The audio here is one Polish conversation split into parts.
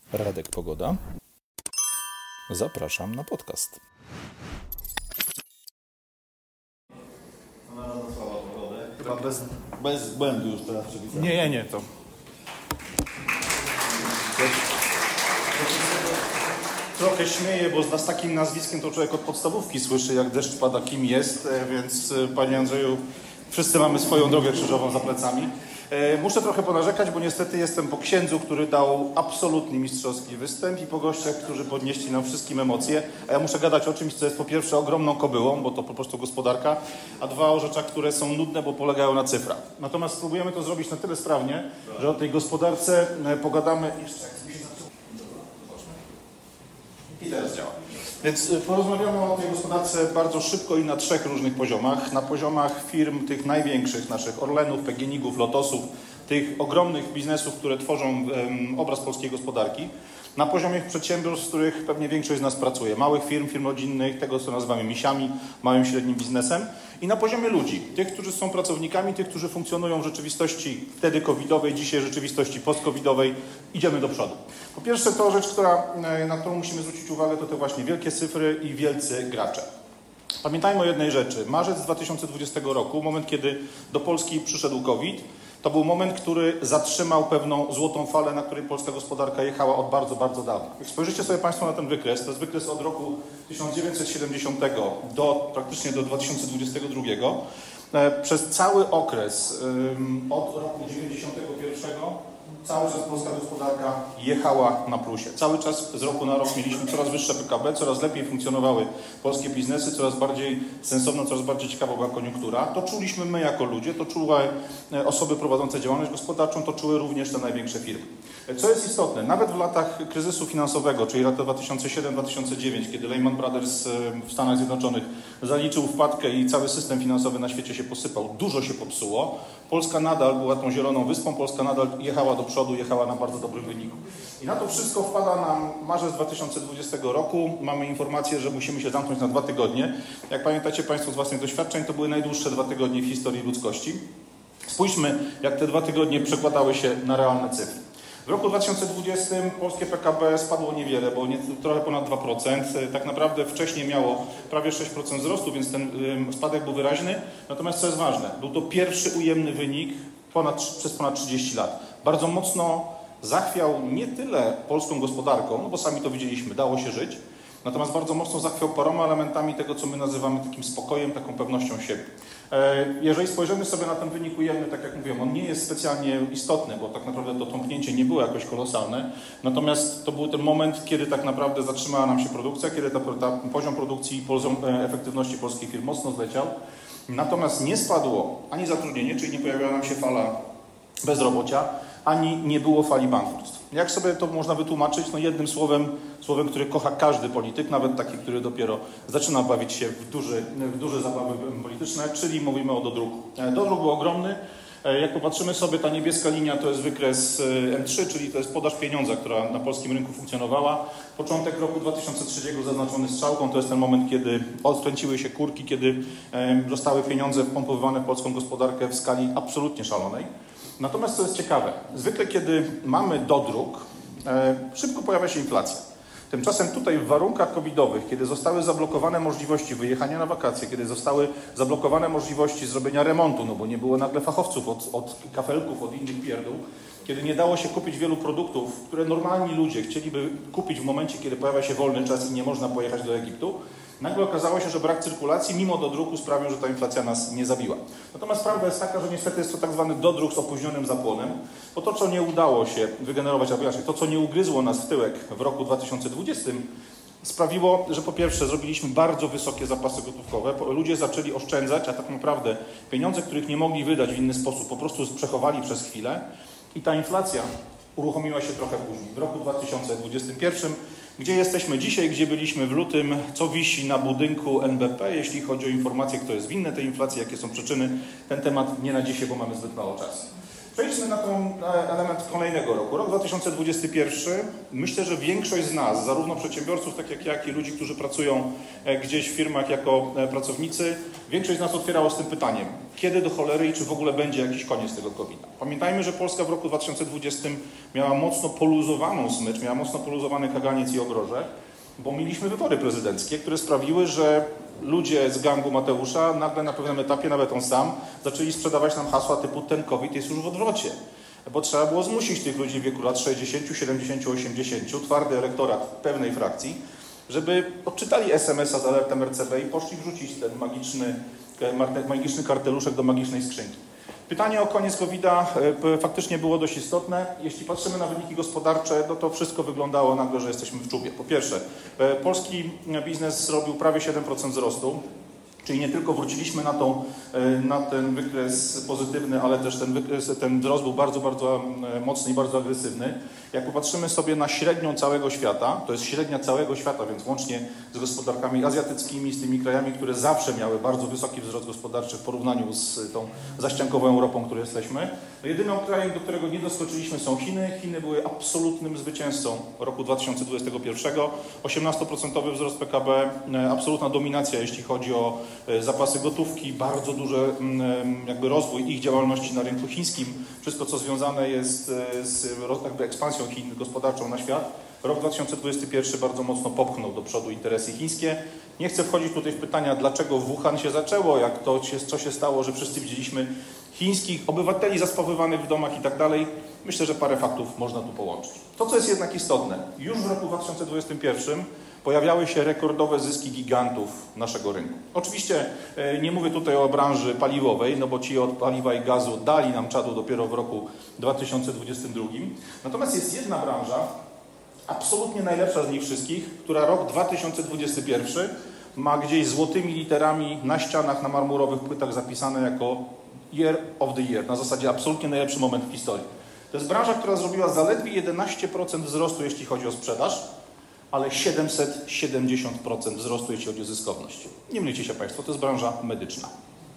Radek Pogoda. Zapraszam na podcast. Chyba bez błędu już teraz przepisałem. Nie, to... Trochę śmieję, bo z takim nazwiskiem to człowiek od podstawówki słyszy, jak deszcz pada, kim jest, więc Panie Andrzeju, wszyscy mamy swoją drogę krzyżową za plecami. Muszę trochę ponarzekać, bo niestety jestem po księdzu, który dał absolutnie mistrzowski występ i po gościach, którzy podnieśli nam wszystkim emocje. A ja muszę gadać o czymś, co jest po pierwsze ogromną kobyłą, bo to po prostu gospodarka, a dwa o rzeczach, które są nudne, bo polegają na cyfrach. Natomiast spróbujemy to zrobić na tyle sprawnie, że o tej gospodarce pogadamy jeszcze. I teraz działa. Więc porozmawiamy o tej gospodarce bardzo szybko i na trzech różnych poziomach. Na poziomach firm tych największych, naszych Orlenów, PGNiG-ów, Lotosów, tych ogromnych biznesów, które tworzą obraz polskiej gospodarki. Na poziomie przedsiębiorstw, w których pewnie większość z nas pracuje. Małych firm rodzinnych, tego co nazywamy misiami, małym i średnim biznesem. I na poziomie ludzi, tych, którzy są pracownikami, tych, którzy funkcjonują w rzeczywistości wtedy covidowej, dzisiaj rzeczywistości post-covidowej. Idziemy do przodu. Po pierwsze to rzecz, na którą musimy zwrócić uwagę, to te właśnie wielkie cyfry i wielcy gracze. Pamiętajmy o jednej rzeczy. Marzec 2020 roku, moment kiedy do Polski przyszedł COVID, to był moment, który zatrzymał pewną złotą falę, na której polska gospodarka jechała od bardzo, bardzo dawna. Jak spojrzycie sobie Państwo na ten wykres, to jest wykres od roku 1970 praktycznie do 2022. Przez cały okres od roku 1991 cały czas polska gospodarka jechała na plusie. Cały czas z roku na rok mieliśmy coraz wyższe PKB, coraz lepiej funkcjonowały polskie biznesy, coraz bardziej sensowna, coraz bardziej ciekawa była koniunktura. To czuliśmy my jako ludzie, to czuły osoby prowadzące działalność gospodarczą, to czuły również te największe firmy. Co jest istotne, nawet w latach kryzysu finansowego, czyli lata 2007-2009, kiedy Lehman Brothers w Stanach Zjednoczonych zaliczył wpadkę i cały system finansowy na świecie się posypał, dużo się popsuło, Polska nadal była tą zieloną wyspą, Polska nadal jechała do przodu, jechała na bardzo dobrym wyniku. I na to wszystko wpada nam marzec 2020 roku. Mamy informację, że musimy się zamknąć na 2 tygodnie. Jak pamiętacie Państwo z własnych doświadczeń, to były najdłuższe 2 tygodnie w historii ludzkości. Spójrzmy, jak te 2 tygodnie przekładały się na realne cyfry. W roku 2020 polskie PKB spadło niewiele, bo trochę ponad 2%. Tak naprawdę wcześniej miało prawie 6% wzrostu, więc ten spadek był wyraźny. Natomiast co jest ważne, był to pierwszy ujemny wynik przez ponad 30 lat. Bardzo mocno zachwiał nie tyle polską gospodarką, no bo sami to widzieliśmy, dało się żyć, natomiast bardzo mocno zachwiał paroma elementami tego, co my nazywamy takim spokojem, taką pewnością siebie. Jeżeli spojrzymy sobie na ten wynik ujemny, tak jak mówiłem, on nie jest specjalnie istotny, bo tak naprawdę to tąpnięcie nie było jakoś kolosalne, natomiast to był ten moment, kiedy tak naprawdę zatrzymała nam się produkcja, kiedy poziom produkcji i poziom efektywności polskich firm mocno zleciał. Natomiast nie spadło ani zatrudnienie, czyli nie pojawiła nam się fala bezrobocia, ani nie było fali bankructw. Jak sobie to można wytłumaczyć? No jednym słowem, które kocha każdy polityk, nawet taki, który dopiero zaczyna bawić się w duże zabawy polityczne, czyli mówimy o dodruku. Dodruk był ogromny. Jak popatrzymy sobie, ta niebieska linia to jest wykres M3, czyli to jest podaż pieniądza, która na polskim rynku funkcjonowała. Początek roku 2003 zaznaczony strzałką, to jest ten moment, kiedy odkręciły się kurki, kiedy zostały pieniądze wpompowywane w polską gospodarkę w skali absolutnie szalonej. Natomiast co jest ciekawe, zwykle kiedy mamy dodruk, szybko pojawia się inflacja. Tymczasem tutaj w warunkach covidowych, kiedy zostały zablokowane możliwości wyjechania na wakacje, kiedy zostały zablokowane możliwości zrobienia remontu, no bo nie było nagle fachowców od kafelków, od innych pierdół, kiedy nie dało się kupić wielu produktów, które normalni ludzie chcieliby kupić w momencie, kiedy pojawia się wolny czas i nie można pojechać do Egiptu, nagle okazało się, że brak cyrkulacji mimo dodruku sprawił, że ta inflacja nas nie zabiła. Natomiast prawda jest taka, że niestety jest to tak zwany dodruk z opóźnionym zapłonem, bo to, co nie udało się wygenerować, albo inaczej, to, co nie ugryzło nas w tyłek w roku 2020, sprawiło, że po pierwsze zrobiliśmy bardzo wysokie zapasy gotówkowe, ludzie zaczęli oszczędzać, a tak naprawdę pieniądze, których nie mogli wydać w inny sposób, po prostu przechowali przez chwilę i ta inflacja uruchomiła się trochę później, w roku 2021. Gdzie jesteśmy dzisiaj, gdzie byliśmy w lutym, co wisi na budynku NBP, jeśli chodzi o informacje, kto jest winny tej inflacji, jakie są przyczyny. Ten temat nie na dzisiaj, bo mamy zbyt mało czasu. Przejdźmy na ten element kolejnego roku. Rok 2021. Myślę, że większość z nas, zarówno przedsiębiorców, tak jak ja, jak i ludzi, którzy pracują gdzieś w firmach jako pracownicy, większość z nas otwierało z tym pytaniem, kiedy do cholery i czy w ogóle będzie jakiś koniec tego COVID-a. Pamiętajmy, że Polska w roku 2020 miała mocno poluzowaną smycz, miała mocno poluzowany kaganiec i ogroże, bo mieliśmy wybory prezydenckie, które sprawiły, że ludzie z gangu Mateusza nagle na pewnym etapie, nawet on sam, zaczęli sprzedawać nam hasła typu ten COVID jest już w odwrocie. Bo trzeba było zmusić tych ludzi w wieku lat 60, 70, 80, twardy elektorat pewnej frakcji, żeby odczytali SMS-a z alertem RCB i poszli wrzucić ten magiczny karteluszek do magicznej skrzynki. Pytanie o koniec COVID-a faktycznie było dość istotne. Jeśli patrzymy na wyniki gospodarcze, no to wszystko wyglądało nagle, że jesteśmy w czubie. Po pierwsze, polski biznes zrobił prawie 7% wzrostu, czyli nie tylko wróciliśmy na ten wykres pozytywny, ale też ten wzrost był bardzo, bardzo mocny i bardzo agresywny. Jak popatrzymy sobie na średnią całego świata, to jest średnia całego świata, więc łącznie z gospodarkami azjatyckimi, z tymi krajami, które zawsze miały bardzo wysoki wzrost gospodarczy w porównaniu z tą zaściankową Europą, w której jesteśmy. Jedynym krajem, do którego nie doskoczyliśmy, są Chiny. Chiny były absolutnym zwycięzcą roku 2021. 18% wzrost PKB, absolutna dominacja, jeśli chodzi o zapasy gotówki, bardzo duży rozwój ich działalności na rynku chińskim. Wszystko, co związane jest z ekspansją Chin gospodarczą na świat. Rok 2021 bardzo mocno popchnął do przodu interesy chińskie. Nie chcę wchodzić tutaj w pytania, dlaczego w Wuhan się zaczęło, co się stało, że wszyscy widzieliśmy chińskich obywateli zaspawywanych w domach i tak dalej. Myślę, że parę faktów można tu połączyć. To, co jest jednak istotne, już w roku 2021 pojawiały się rekordowe zyski gigantów naszego rynku. Oczywiście nie mówię tutaj o branży paliwowej, no bo ci od paliwa i gazu dali nam czadu dopiero w roku 2022. Natomiast jest jedna branża, absolutnie najlepsza z nich wszystkich, która rok 2021 ma gdzieś złotymi literami na ścianach, na marmurowych płytach zapisane jako Year of the Year, na zasadzie absolutnie najlepszy moment w historii. To jest branża, która zrobiła zaledwie 11% wzrostu, jeśli chodzi o sprzedaż, ale 770% wzrostu, jeśli chodzi o zyskowność. Nie mylcie się Państwo, to jest branża medyczna.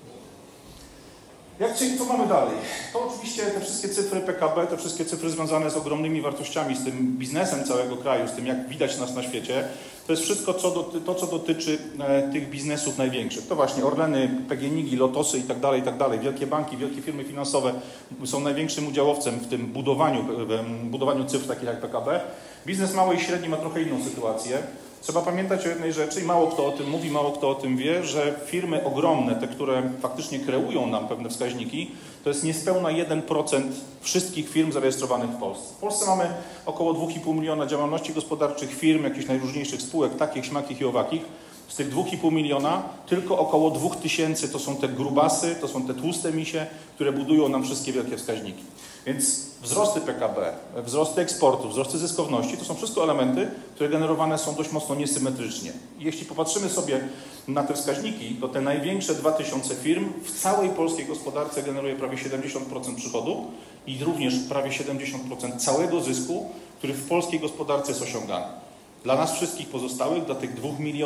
Co mamy dalej? To oczywiście te wszystkie cyfry PKB, te wszystkie cyfry związane z ogromnymi wartościami, z tym biznesem całego kraju, z tym jak widać nas na świecie, to jest wszystko co dotyczy tych biznesów największych. To właśnie Orleny, PGNiG, Lotosy i tak dalej, wielkie banki, wielkie firmy finansowe są największym udziałowcem w tym budowaniu cyfr takich jak PKB. Biznes mały i średni ma trochę inną sytuację. Trzeba pamiętać o jednej rzeczy i mało kto o tym mówi, mało kto o tym wie, że firmy ogromne, te, które faktycznie kreują nam pewne wskaźniki, to jest niespełna 1% wszystkich firm zarejestrowanych w Polsce. W Polsce mamy około 2,5 miliona działalności gospodarczych, firm, jakichś najróżniejszych spółek, takich, śmakich i owakich. Z tych 2,5 miliona tylko około 2000 to są te grubasy, to są te tłuste misie, które budują nam wszystkie wielkie wskaźniki. Więc wzrosty PKB, wzrosty eksportu, wzrosty zyskowności to są wszystko elementy, które generowane są dość mocno niesymetrycznie. I jeśli popatrzymy sobie na te wskaźniki, to te największe 2000 firm w całej polskiej gospodarce generuje prawie 70% przychodu i również prawie 70% całego zysku, który w polskiej gospodarce jest osiągany. Dla nas wszystkich pozostałych, dla tych 2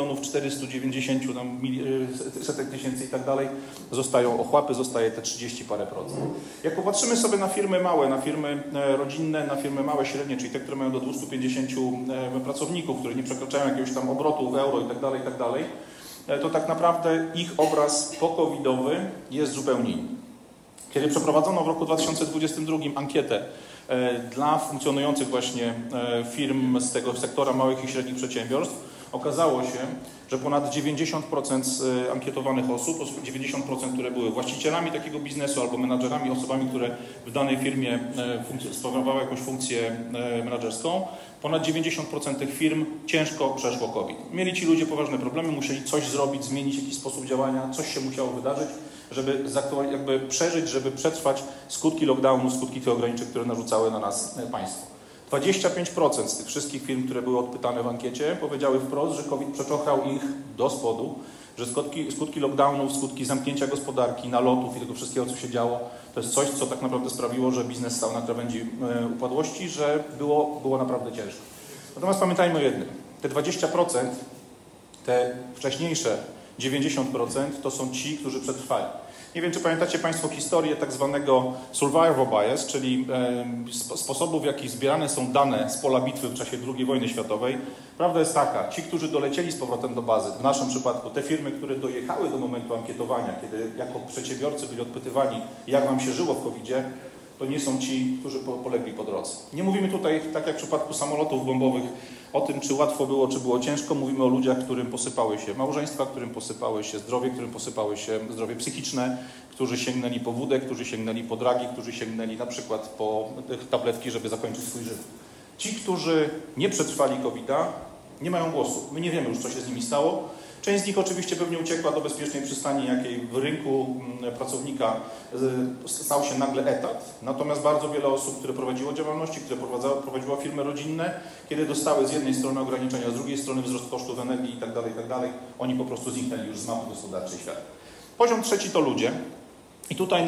490 setek tysięcy i tak dalej, zostają ochłapy, zostaje te 30 parę procent. Jak popatrzymy sobie na firmy małe, na firmy rodzinne, na firmy małe, średnie, czyli te, które mają do 250 pracowników, które nie przekraczają jakiegoś tam obrotu w euro i tak dalej, to tak naprawdę ich obraz po-covidowy jest zupełnie inny. Kiedy przeprowadzono w roku 2022 ankietę dla funkcjonujących właśnie firm z tego sektora małych i średnich przedsiębiorstw, okazało się, że ponad 90% ankietowanych osób, 90%, które były właścicielami takiego biznesu albo menadżerami, osobami, które w danej firmie sprawowały jakąś funkcję menadżerską, ponad 90% tych firm ciężko przeszło COVID. Mieli ci ludzie poważne problemy, musieli coś zrobić, zmienić jakiś sposób działania, coś się musiało wydarzyć, żeby przeżyć, żeby przetrwać skutki lockdownu, skutki tych ograniczeń, które narzucały na nas państwo. 25% z tych wszystkich firm, które były odpytane w ankiecie, powiedziały wprost, że COVID przeczochrał ich do spodu, że skutki lockdownów, skutki zamknięcia gospodarki, nalotów i tego wszystkiego, co się działo, to jest coś, co tak naprawdę sprawiło, że biznes stał na krawędzi upadłości, że było naprawdę ciężko. Natomiast pamiętajmy o jednym. Te 20%, te wcześniejsze 90% to są ci, którzy przetrwali. Nie wiem, czy pamiętacie Państwo historię tak zwanego survival bias, czyli sposobów, w jaki zbierane są dane z pola bitwy w czasie II wojny światowej. Prawda jest taka, ci, którzy dolecieli z powrotem do bazy, w naszym przypadku te firmy, które dojechały do momentu ankietowania, kiedy jako przedsiębiorcy byli odpytywani, jak wam się żyło w COVID-zie, to nie są ci, którzy polegli po drodze. Nie mówimy tutaj, tak jak w przypadku samolotów bombowych, o tym, czy łatwo było, czy było ciężko. Mówimy o ludziach, którym posypały się małżeństwa, którym posypały się zdrowie, którym posypały się zdrowie psychiczne, którzy sięgnęli po wódę, którzy sięgnęli po dragi, którzy sięgnęli na przykład po tabletki, żeby zakończyć swój żywot. Ci, którzy nie przetrwali COVID-a, nie mają głosu. My nie wiemy już, co się z nimi stało. Część z nich oczywiście pewnie uciekła do bezpiecznej przystani, jakiej w rynku pracownika stał się nagle etat. Natomiast bardzo wiele osób, które prowadziło działalności, które prowadziło firmy rodzinne, kiedy dostały z jednej strony ograniczenia, z drugiej strony wzrost kosztów energii itd., oni po prostu zniknęli już z mapy gospodarczej świata. Poziom trzeci to ludzie. I tutaj na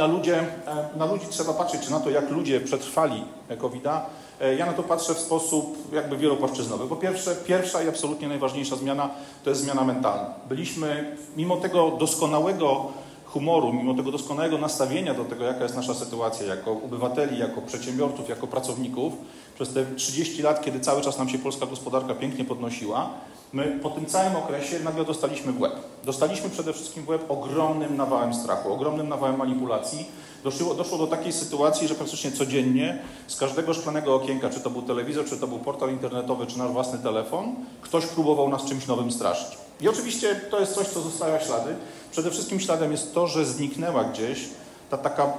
ludzi trzeba patrzeć, czy na to, jak ludzie przetrwali COVID-a. Ja na to patrzę w sposób jakby wielopłaszczyznowy. Po pierwsze, pierwsza i absolutnie najważniejsza zmiana to jest zmiana mentalna. Byliśmy, mimo tego doskonałego humoru, mimo tego doskonałego nastawienia do tego, jaka jest nasza sytuacja jako obywateli, jako przedsiębiorców, jako pracowników, przez te 30 lat, kiedy cały czas nam się polska gospodarka pięknie podnosiła, my po tym całym okresie nagle dostaliśmy w łeb. Dostaliśmy przede wszystkim w łeb ogromnym nawałem strachu, ogromnym nawałem manipulacji. Doszło do takiej sytuacji, że praktycznie codziennie z każdego szklanego okienka, czy to był telewizor, czy to był portal internetowy, czy nasz własny telefon, ktoś próbował nas czymś nowym straszyć. I oczywiście to jest coś, co zostawia ślady. Przede wszystkim śladem jest to, że zniknęła gdzieś ta taka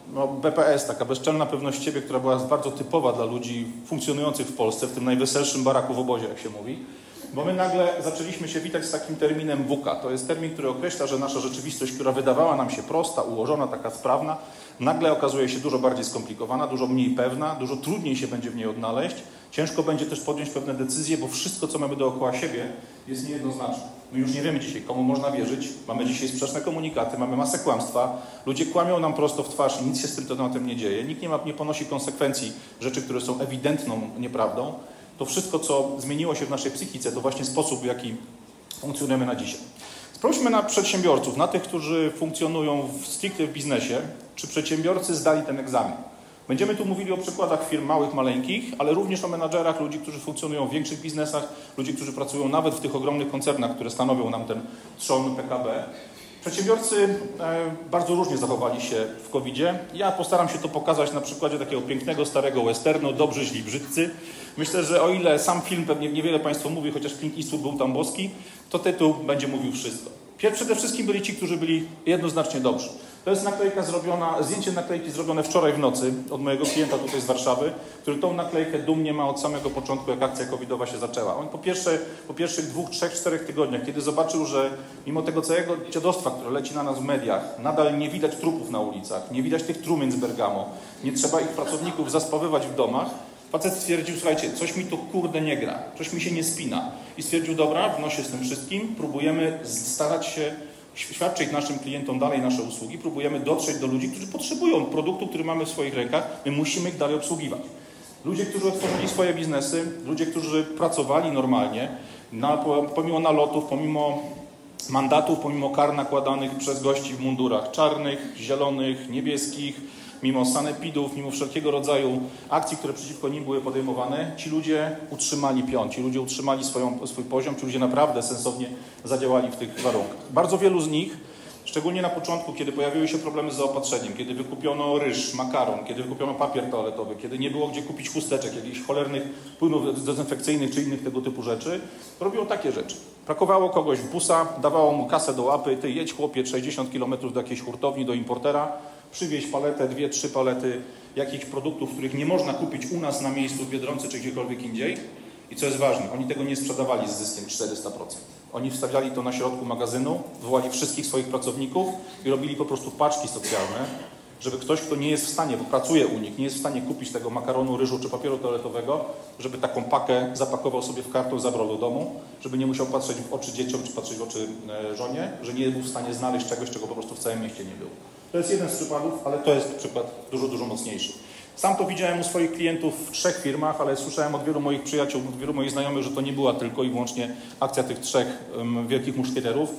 BPS, taka bezczelna pewność siebie, która była bardzo typowa dla ludzi funkcjonujących w Polsce, w tym najweselszym baraku w obozie, jak się mówi. Bo my nagle zaczęliśmy się witać z takim terminem VUCA. To jest termin, który określa, że nasza rzeczywistość, która wydawała nam się prosta, ułożona, taka sprawna, nagle okazuje się dużo bardziej skomplikowana, dużo mniej pewna, dużo trudniej się będzie w niej odnaleźć. Ciężko będzie też podjąć pewne decyzje, bo wszystko, co mamy dookoła siebie, jest niejednoznaczne. My już nie wiemy dzisiaj, komu można wierzyć. Mamy dzisiaj sprzeczne komunikaty, mamy masę kłamstwa. Ludzie kłamią nam prosto w twarz i nic się z tym tematem nie dzieje. Nikt nie ponosi konsekwencji rzeczy, które są ewidentną nieprawdą. To wszystko, co zmieniło się w naszej psychice, to właśnie sposób, w jaki funkcjonujemy na dzisiaj. Spójrzmy na przedsiębiorców, na tych, którzy funkcjonują stricte w biznesie. Czy przedsiębiorcy zdali ten egzamin? Będziemy tu mówili o przykładach firm małych, maleńkich, ale również o menadżerach, ludzi, którzy funkcjonują w większych biznesach, ludzi, którzy pracują nawet w tych ogromnych koncernach, które stanowią nam ten trzon PKB. Przedsiębiorcy bardzo różnie zachowali się w COVID-zie. Ja postaram się to pokazać na przykładzie takiego pięknego, starego westernu, Dobrzy, źli, brzydcy. Myślę, że o ile sam film pewnie niewiele Państwu mówi, chociaż Clint Eastwood był tam boski, to tytuł będzie mówił wszystko. Przede wszystkim byli ci, którzy byli jednoznacznie dobrzy. To jest naklejka zrobiona, zdjęcie naklejki zrobione wczoraj w nocy od mojego klienta tutaj z Warszawy, który tą naklejkę dumnie ma od samego początku, jak akcja covidowa się zaczęła. On po pierwszych 2, 3, 4 tygodniach, kiedy zobaczył, że mimo tego całego dziadostwa, które leci na nas w mediach, nadal nie widać trupów na ulicach, nie widać tych trumien z Bergamo, nie trzeba ich pracowników zaspawywać w domach, facet stwierdził, słuchajcie, coś mi tu kurde nie gra, coś mi się nie spina. I stwierdził, dobra, w nosie z tym wszystkim, próbujemy starać się świadczyć naszym klientom dalej nasze usługi, próbujemy dotrzeć do ludzi, którzy potrzebują produktu, który mamy w swoich rękach, my musimy ich dalej obsługiwać. Ludzie, którzy otworzyli swoje biznesy, ludzie, którzy pracowali normalnie, pomimo nalotów, pomimo mandatów, pomimo kar nakładanych przez gości w mundurach czarnych, zielonych, niebieskich, mimo sanepidów, mimo wszelkiego rodzaju akcji, które przeciwko nim były podejmowane, ci ludzie utrzymali pion, ci ludzie utrzymali swój poziom, ci ludzie naprawdę sensownie zadziałali w tych warunkach. Bardzo wielu z nich, szczególnie na początku, kiedy pojawiły się problemy z zaopatrzeniem, kiedy wykupiono ryż, makaron, kiedy wykupiono papier toaletowy, kiedy nie było gdzie kupić chusteczek, jakichś cholernych płynów dezynfekcyjnych czy innych tego typu rzeczy, robią takie rzeczy. Brakowało kogoś w busa, dawało mu kasę do łapy, ty jedź chłopie 60 km do jakiejś hurtowni, do importera, przywieź paletę, 2, 3 palety jakichś produktów, których nie można kupić u nas na miejscu w Biedronce czy gdziekolwiek indziej. I co jest ważne, oni tego nie sprzedawali z zyskiem 400%. Oni wstawiali to na środku magazynu, wołali wszystkich swoich pracowników i robili po prostu paczki socjalne, żeby ktoś, kto nie jest w stanie, bo pracuje u nich, nie jest w stanie kupić tego makaronu, ryżu czy papieru toaletowego, żeby taką pakę zapakował sobie w karton, zabrał do domu, żeby nie musiał patrzeć w oczy dzieciom czy patrzeć w oczy żonie, że nie był w stanie znaleźć czegoś, czego po prostu w całym mieście nie było. To jest jeden z przykładów, ale to jest przykład dużo, dużo mocniejszy. Sam to widziałem u swoich klientów w 3 firmach, ale słyszałem od wielu moich przyjaciół, od wielu moich znajomych, że to nie była tylko i wyłącznie akcja tych 3 wielkich muszkieterów.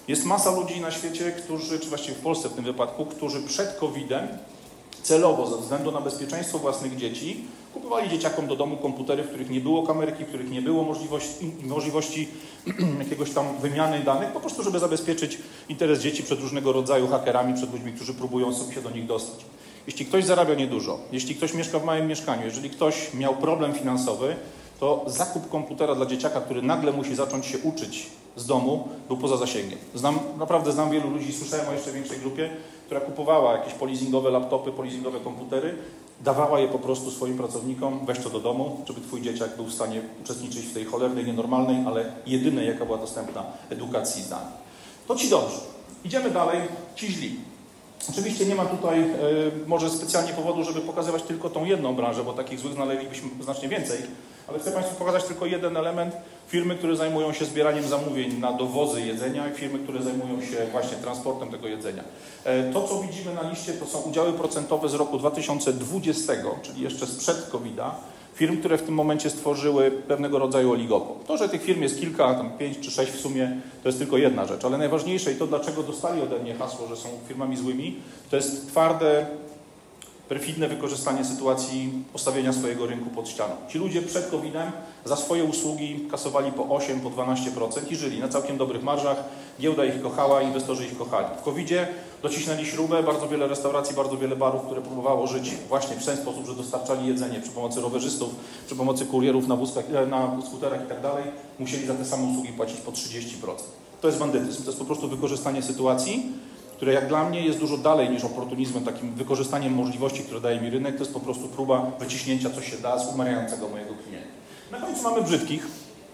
Jest masa ludzi na świecie, którzy, czy właściwie w Polsce w tym wypadku, którzy przed COVID-em celowo, ze względu na bezpieczeństwo własnych dzieci, kupowali dzieciakom do domu komputery, w których nie było kamerki, w których nie było możliwości jakiegoś tam wymiany danych, po prostu żeby zabezpieczyć interes dzieci przed różnego rodzaju hakerami, przed ludźmi, którzy próbują sobie się do nich dostać. Jeśli ktoś zarabia niedużo, jeśli ktoś mieszka w małym mieszkaniu, jeżeli ktoś miał problem finansowy, to zakup komputera dla dzieciaka, który nagle musi zacząć się uczyć z domu, był poza zasięgiem. Naprawdę znam wielu ludzi, słyszałem o jeszcze większej grupie, która kupowała jakieś polizingowe laptopy, polizingowe komputery, dawała je po prostu swoim pracownikom, weź to do domu, żeby twój dzieciak był w stanie uczestniczyć w tej cholernej, nienormalnej, ale jedynej, jaka była dostępna edukacji zdalnej. To ci dobrze. Idziemy dalej, ci źli. Oczywiście nie ma tutaj może specjalnie powodu, żeby pokazywać tylko tą jedną branżę, bo takich złych znaleźlibyśmy znacznie więcej, ale chcę Państwu pokazać tylko jeden element. Firmy, które zajmują się zbieraniem zamówień na dowozy jedzenia i firmy, które zajmują się właśnie transportem tego jedzenia. To, co widzimy na liście, to są udziały procentowe z roku 2020, czyli jeszcze sprzed COVID-a, firm, które w tym momencie stworzyły pewnego rodzaju oligopol. To, że tych firm jest kilka, tam 5 czy 6 w sumie, to jest tylko jedna rzecz, ale najważniejsze i to, dlaczego dostali ode mnie hasło, że są firmami złymi, to jest twarde, perfidne wykorzystanie sytuacji postawienia swojego rynku pod ścianą. Ci ludzie przed COVID-em za swoje usługi kasowali po 8, po 12% i żyli na całkiem dobrych marżach. Giełda ich kochała, inwestorzy ich kochali. W COVID-zie docisnęli śrubę, bardzo wiele restauracji, bardzo wiele barów, które próbowało żyć właśnie w ten sposób, że dostarczali jedzenie przy pomocy rowerzystów, przy pomocy kurierów na wózkach, na skuterach i tak dalej, musieli za te same usługi płacić po 30%. To jest bandytyzm, to jest po prostu wykorzystanie sytuacji, które jak dla mnie jest dużo dalej niż oportunizmem, takim wykorzystaniem możliwości, które daje mi rynek. To jest po prostu próba wyciśnięcia, co się da, z umawiającego mojego klienta. Na końcu mamy brzydkich.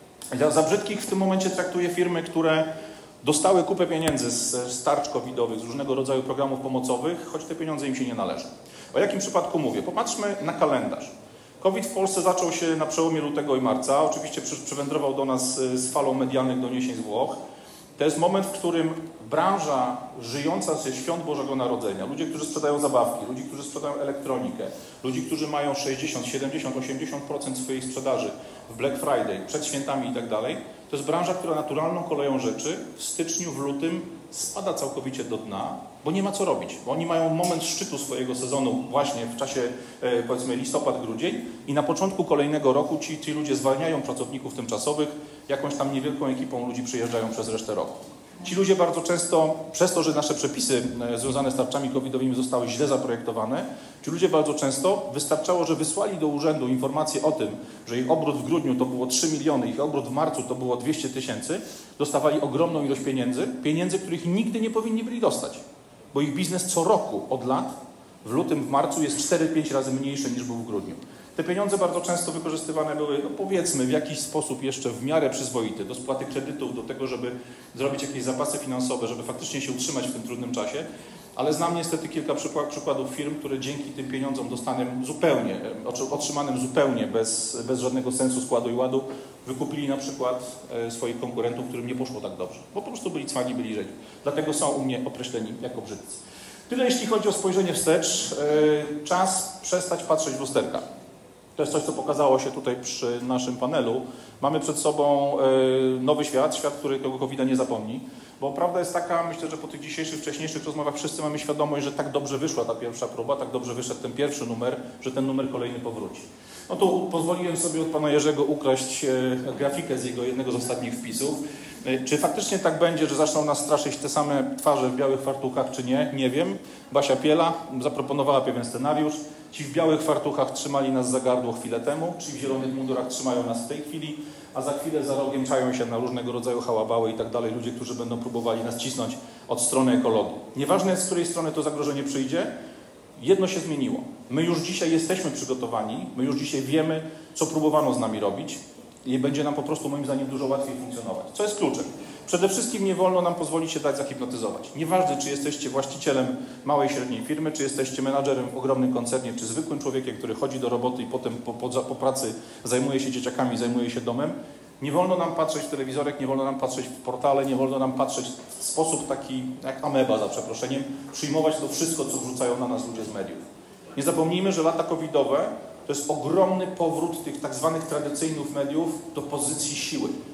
Za brzydkich w tym momencie traktuję firmy, które dostały kupę pieniędzy z tarcz covidowych, z różnego rodzaju programów pomocowych, choć te pieniądze im się nie należą. O jakim przypadku mówię? Popatrzmy na kalendarz. COVID w Polsce zaczął się na przełomie lutego i marca. Oczywiście przywędrował do nas z falą medialnych doniesień z Włoch. To jest moment, w którym branża żyjąca ze świąt Bożego Narodzenia, ludzie, którzy sprzedają zabawki, ludzie, którzy sprzedają elektronikę, ludzie, którzy mają 60, 70, 80% swojej sprzedaży w Black Friday, przed świętami i tak dalej, to jest branża, która naturalną koleją rzeczy w styczniu, w lutym spada całkowicie do dna, bo nie ma co robić. Bo oni mają moment szczytu swojego sezonu właśnie w czasie, powiedzmy, listopad-grudzień i na początku kolejnego roku ci ludzie zwalniają pracowników tymczasowych, jakąś tam niewielką ekipą ludzi przyjeżdżają przez resztę roku. Ci ludzie bardzo często, przez to, że nasze przepisy związane z tarczami covidowymi zostały źle zaprojektowane, ci ludzie bardzo często wystarczało, że wysłali do urzędu informację o tym, że ich obrót w grudniu to było 3 miliony, ich obrót w marcu to było 200 000, dostawali ogromną ilość pieniędzy, których nigdy nie powinni byli dostać. Bo ich biznes co roku od lat w lutym, w marcu jest 4-5 razy mniejszy niż był w grudniu. Te pieniądze bardzo często wykorzystywane były, no powiedzmy, w jakiś sposób jeszcze w miarę przyzwoity, do spłaty kredytów, do tego, żeby zrobić jakieś zapasy finansowe, żeby faktycznie się utrzymać w tym trudnym czasie. Ale znam niestety kilka przykładów firm, które dzięki tym pieniądzom otrzymanym zupełnie bez żadnego sensu składu i ładu, wykupili na przykład swoich konkurentów, którym nie poszło tak dobrze, bo po prostu byli cwani, byli źli. Dlatego są u mnie określeni jako brzydcy. Tyle jeśli chodzi o spojrzenie wstecz. Czas przestać patrzeć w lusterka. To jest coś, co pokazało się tutaj przy naszym panelu. Mamy przed sobą nowy świat, który tego COVID-a nie zapomni. Bo prawda jest taka, myślę, że po tych dzisiejszych, wcześniejszych rozmowach wszyscy mamy świadomość, że tak dobrze wyszła ta pierwsza próba, tak dobrze wyszedł ten pierwszy numer, że ten numer kolejny powróci. No tu pozwoliłem sobie od pana Jerzego ukraść grafikę z jego jednego z ostatnich wpisów. Czy faktycznie tak będzie, że zaczną nas straszyć te same twarze w białych fartuchach, czy nie? Nie wiem. Basia Piela zaproponowała pewien scenariusz. Ci w białych fartuchach trzymali nas za gardło chwilę temu, ci w zielonych mundurach trzymają nas w tej chwili, a za chwilę za rogiem czają się na różnego rodzaju hałabały i tak dalej ludzie, którzy będą próbowali nas cisnąć od strony ekologii. Nieważne, z której strony to zagrożenie przyjdzie, jedno się zmieniło. My już dzisiaj jesteśmy przygotowani, my już dzisiaj wiemy, co próbowano z nami robić i będzie nam po prostu, moim zdaniem, dużo łatwiej funkcjonować. Co jest kluczem? Przede wszystkim nie wolno nam pozwolić się dać zahipnotyzować. Nieważne, czy jesteście właścicielem małej, średniej firmy, czy jesteście menadżerem w ogromnym koncernie, czy zwykłym człowiekiem, który chodzi do roboty i potem po pracy zajmuje się dzieciakami, zajmuje się domem. Nie wolno nam patrzeć w telewizorek, nie wolno nam patrzeć w portale, nie wolno nam patrzeć w sposób taki jak ameba, za przeproszeniem, przyjmować to wszystko, co wrzucają na nas ludzie z mediów. Nie zapomnijmy, że lata covidowe to jest ogromny powrót tych tak zwanych tradycyjnych mediów do pozycji siły.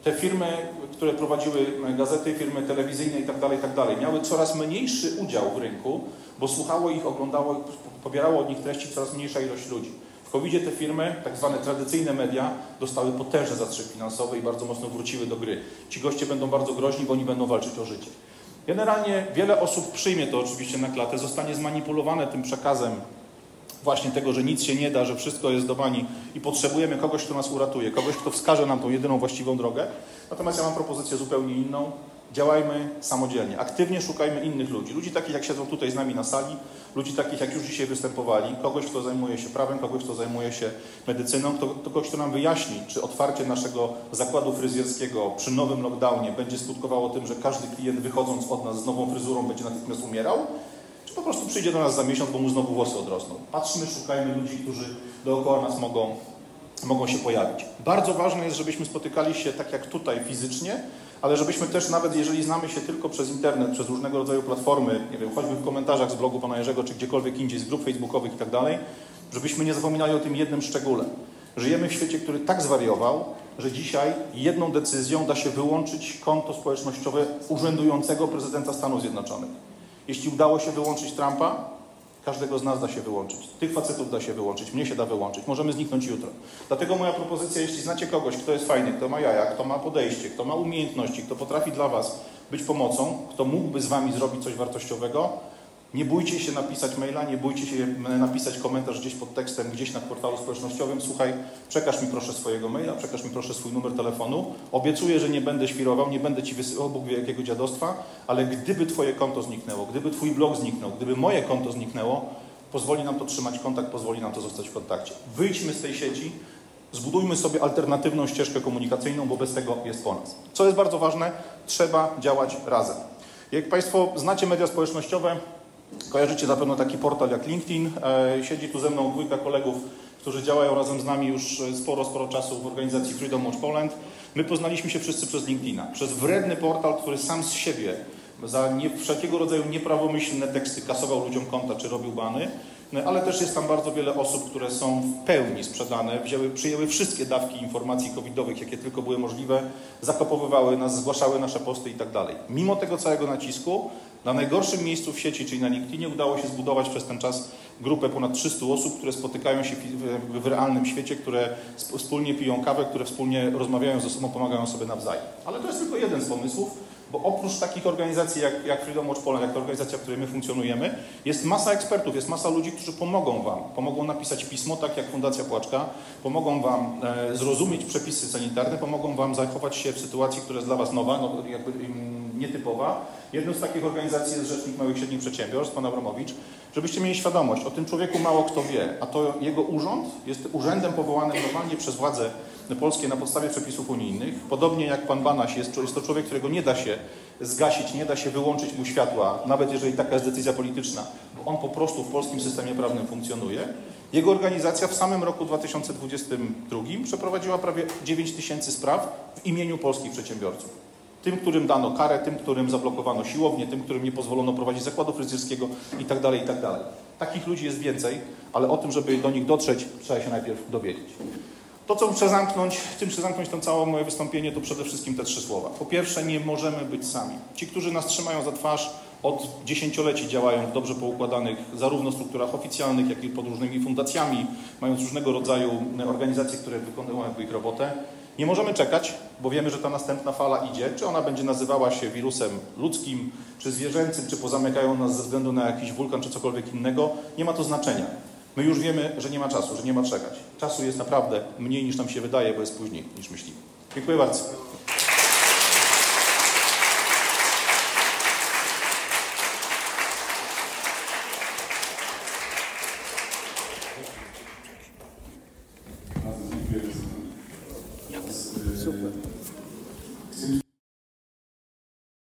Te firmy, które prowadziły gazety, firmy telewizyjne itd., miały coraz mniejszy udział w rynku, bo słuchało ich, oglądało, pobierało od nich treści coraz mniejsza ilość ludzi. W COVID-zie te firmy, tak zwane tradycyjne media, dostały potężny zastrzyk finansowy i bardzo mocno wróciły do gry. Ci goście będą bardzo groźni, bo oni będą walczyć o życie. Generalnie wiele osób przyjmie to oczywiście na klatę, zostanie zmanipulowane tym przekazem właśnie tego, że nic się nie da, że wszystko jest do bani i potrzebujemy kogoś, kto nas uratuje, kogoś, kto wskaże nam tą jedyną właściwą drogę. Natomiast ja mam propozycję zupełnie inną. Działajmy samodzielnie, aktywnie szukajmy innych ludzi. Ludzi takich, jak siedzą tutaj z nami na sali, ludzi takich, jak już dzisiaj występowali, kogoś, kto zajmuje się prawem, kogoś, kto zajmuje się medycyną, kogoś, kto nam wyjaśni, czy otwarcie naszego zakładu fryzjerskiego przy nowym lockdownie będzie skutkowało tym, że każdy klient wychodząc od nas z nową fryzurą będzie natychmiast umierał, czy po prostu przyjdzie do nas za miesiąc, bo mu znowu włosy odrosną. Patrzmy, szukajmy ludzi, którzy dookoła nas mogą się pojawić. Bardzo ważne jest, żebyśmy spotykali się tak jak tutaj fizycznie, ale żebyśmy też nawet, jeżeli znamy się tylko przez internet, przez różnego rodzaju platformy, nie wiem, choćby w komentarzach z blogu pana Jerzego, czy gdziekolwiek indziej, z grup facebookowych i tak dalej, żebyśmy nie zapominali o tym jednym szczególe. Żyjemy w świecie, który tak zwariował, że dzisiaj jedną decyzją da się wyłączyć konto społecznościowe urzędującego prezydenta Stanów Zjednoczonych. Jeśli udało się wyłączyć Trumpa, każdego z nas da się wyłączyć. Tych facetów da się wyłączyć, mnie się da wyłączyć. Możemy zniknąć jutro. Dlatego moja propozycja, jeśli znacie kogoś, kto jest fajny, kto ma jaja, kto ma podejście, kto ma umiejętności, kto potrafi dla was być pomocą, kto mógłby z wami zrobić coś wartościowego, nie bójcie się napisać maila, nie bójcie się napisać komentarz gdzieś pod tekstem, gdzieś na portalu społecznościowym. Słuchaj, przekaż mi proszę swojego maila, przekaż mi proszę swój numer telefonu. Obiecuję, że nie będę świrował, nie będę ci wysyłał Bóg wie jakiego dziadostwa, ale gdyby twoje konto zniknęło, gdyby twój blog zniknął, gdyby moje konto zniknęło, pozwoli nam to trzymać kontakt, pozwoli nam to zostać w kontakcie. Wyjdźmy z tej sieci, zbudujmy sobie alternatywną ścieżkę komunikacyjną, bo bez tego jest po nas. Co jest bardzo ważne, trzeba działać razem. Jak państwo znacie media społecznościowe, kojarzycie zapewne taki portal jak LinkedIn. Siedzi tu ze mną dwójka kolegów, którzy działają razem z nami już sporo czasu w organizacji Freedom Watch Poland. My poznaliśmy się wszyscy przez LinkedIna, przez wredny portal, który sam z siebie za wszelkiego rodzaju nieprawomyślne teksty kasował ludziom konta czy robił bany, ale też jest tam bardzo wiele osób, które są w pełni sprzedane, przyjęły wszystkie dawki informacji covidowych, jakie tylko były możliwe, zakopowywały nas, zgłaszały nasze posty i tak dalej. Mimo tego całego nacisku, na najgorszym miejscu w sieci, czyli na LinkedInie, udało się zbudować przez ten czas grupę ponad 300 osób, które spotykają się w realnym świecie, które wspólnie piją kawę, które wspólnie rozmawiają ze sobą, pomagają sobie nawzajem. Ale to jest tylko jeden z pomysłów, bo oprócz takich organizacji jak Freedom Watch Poland, jak ta organizacja, w której my funkcjonujemy, jest masa ekspertów, jest masa ludzi, którzy pomogą wam. Pomogą napisać pismo, tak jak Fundacja Płaczka, pomogą wam zrozumieć przepisy sanitarne, pomogą wam zachować się w sytuacji, która jest dla was nowa, jakby nietypowa. Jedną z takich organizacji jest Rzecznik Małych i Średnich Przedsiębiorstw, pan Abramowicz. Żebyście mieli świadomość, o tym człowieku mało kto wie, a to jego urząd jest urzędem powołanym normalnie przez władze polskie na podstawie przepisów unijnych. Podobnie jak pan Banaś jest to człowiek, którego nie da się zgasić, nie da się wyłączyć mu światła, nawet jeżeli taka jest decyzja polityczna, bo on po prostu w polskim systemie prawnym funkcjonuje. Jego organizacja w samym roku 2022 przeprowadziła prawie 9 000 spraw w imieniu polskich przedsiębiorców. Tym, którym dano karę, tym, którym zablokowano siłownię, tym, którym nie pozwolono prowadzić zakładu fryzjerskiego itd., itd. Takich ludzi jest więcej, ale o tym, żeby do nich dotrzeć, trzeba się najpierw dowiedzieć. To, co chcę zamknąć to całe moje wystąpienie, to przede wszystkim te 3 słowa. Po pierwsze, nie możemy być sami. Ci, którzy nas trzymają za twarz, od dziesięcioleci działają w dobrze poukładanych zarówno strukturach oficjalnych, jak i pod różnymi fundacjami, mając różnego rodzaju organizacje, które wykonują jakby ich robotę. Nie możemy czekać, bo wiemy, że ta następna fala idzie. Czy ona będzie nazywała się wirusem ludzkim, czy zwierzęcym, czy pozamykają nas ze względu na jakiś wulkan, czy cokolwiek innego, nie ma to znaczenia. My już wiemy, że nie ma czasu, że nie ma czekać. Czasu jest naprawdę mniej niż nam się wydaje, bo jest później niż myślimy. Dziękuję bardzo. Super.